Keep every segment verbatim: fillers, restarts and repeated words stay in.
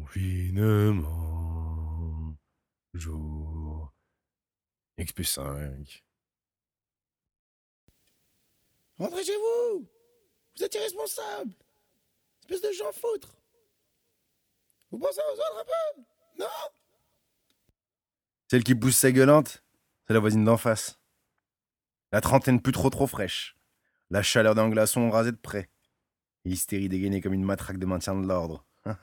Confinement, jour, X plus cinq. Rentrez chez vous! Vous êtes irresponsables! Espèce de gens foutre! Vous pensez aux autres un peu? Non? Celle qui pousse sa gueulante, c'est la voisine d'en face. La trentaine plus trop trop fraîche. La chaleur d'un glaçon rasé de près. L'hystérie dégainée comme une matraque de maintien de l'ordre.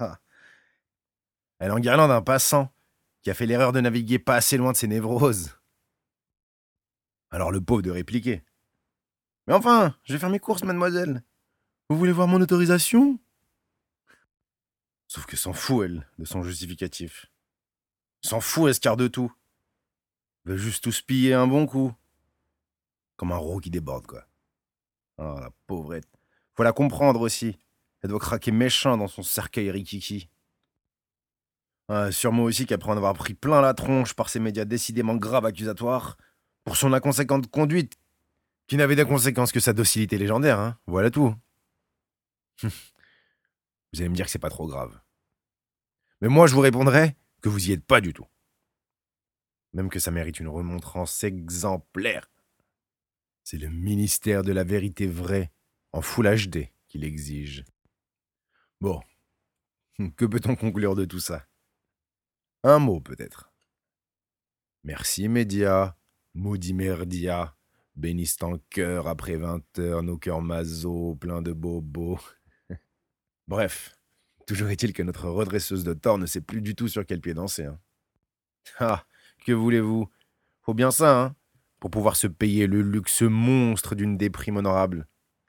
Elle enguirlande un passant qui a fait l'erreur de naviguer pas assez loin de ses névroses. Alors le pauvre de répliquer. Mais enfin, je vais faire mes courses, mademoiselle. Vous voulez voir mon autorisation? Sauf que s'en fout, elle, de son justificatif. S'en fout, escar de tout. Veut juste tout spiller un bon coup. Comme un rot qui déborde, quoi. Ah, la pauvrette. Faut la comprendre aussi. Elle doit craquer méchant dans son cercueil rikiki. Ah, sûrement aussi qu'après en avoir pris plein la tronche par ces médias décidément graves accusatoires, pour son inconséquente conduite, qui n'avait de conséquence que sa docilité légendaire, hein. Voilà tout. Vous allez me dire que c'est pas trop grave. Mais moi, je vous répondrai que vous y êtes pas du tout. Même que ça mérite une remontrance exemplaire. C'est le ministère de la vérité vraie, en full H D, qui l'exige. Bon, que peut-on conclure de tout ça? Un mot, peut-être. Merci, médias, maudit merdia, bénissent en cœur après vingt heures, nos cœurs maso, pleins de bobos. Bref, toujours est-il que notre redresseuse de tort ne sait plus du tout sur quel pied danser. Hein. Ah, que voulez-vous? Faut bien ça, hein, pour pouvoir se payer le luxe monstre d'une déprime honorable.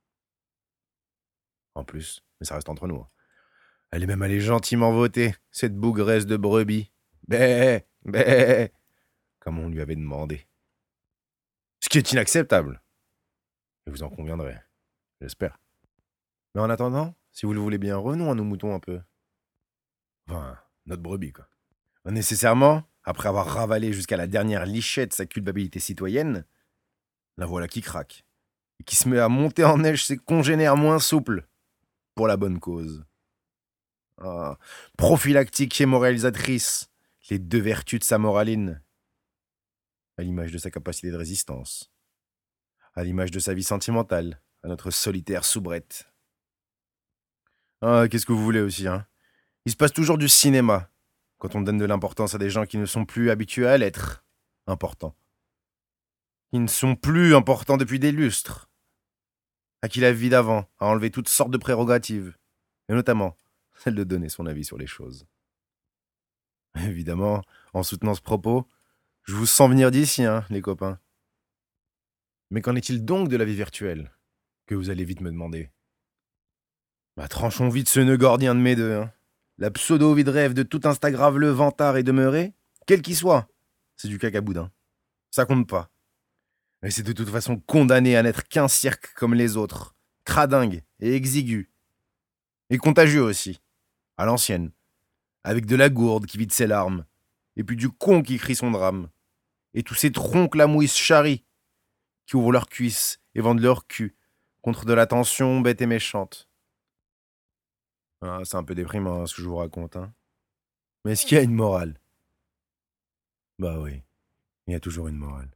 En plus, mais ça reste entre nous. Hein. Elle est même allée gentiment voter, cette bougresse de brebis. Bé, bé, comme on lui avait demandé. Ce qui est inacceptable. Et vous en conviendrez, j'espère. Mais en attendant, si vous le voulez bien, revenons à nos moutons un peu. Enfin, notre brebis, quoi. Nécessairement, après avoir ravalé jusqu'à la dernière lichette sa culpabilité citoyenne, la voilà qui craque. Et qui se met à monter en neige ses congénères moins souples. Pour la bonne cause. Ah, prophylactique et moralisatrice, les deux vertus de sa moraline. À l'image de sa capacité de résistance. À l'image de sa vie sentimentale, à notre solitaire soubrette. Ah, qu'est-ce que vous voulez aussi, hein? Il se passe toujours du cinéma, quand on donne de l'importance à des gens qui ne sont plus habitués à l'être importants. Qui ne sont plus importants depuis des lustres. À qui la vie d'avant a enlevé toutes sortes de prérogatives, et notamment celle de donner son avis sur les choses. Évidemment, en soutenant ce propos, je vous sens venir d'ici, hein, les copains. Mais qu'en est-il donc de la vie virtuelle, que vous allez vite me demander? Bah, tranchons vite ce nœud gordien de mes deux, hein. La pseudo-vie de rêve de tout Instagraveleux vantard et demeuré, quel qu'il soit, c'est du cacaboudin. Ça compte pas. Mais c'est de toute façon condamné à n'être qu'un cirque comme les autres, cradingue et exigu. Et contagieux aussi, à l'ancienne, avec de la gourde qui vide ses larmes, et puis du con qui crie son drame, et tous ces troncs la mouisse charrie, qui ouvrent leurs cuisses et vendent leur cul, contre de la tension bête et méchante. Ah, c'est un peu déprimant hein, ce que je vous raconte, hein. Mais est-ce qu'il y a une morale? Bah oui, il y a toujours une morale.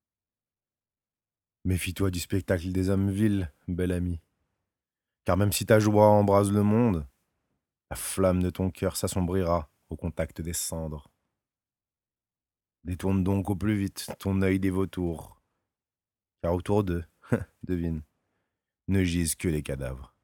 Méfie-toi du spectacle des hommes vils, bel ami. Car même si ta joie embrase le monde, la flamme de ton cœur s'assombrira au contact des cendres. Détourne donc au plus vite ton œil des vautours, car autour d'eux, devine, ne gisent que les cadavres.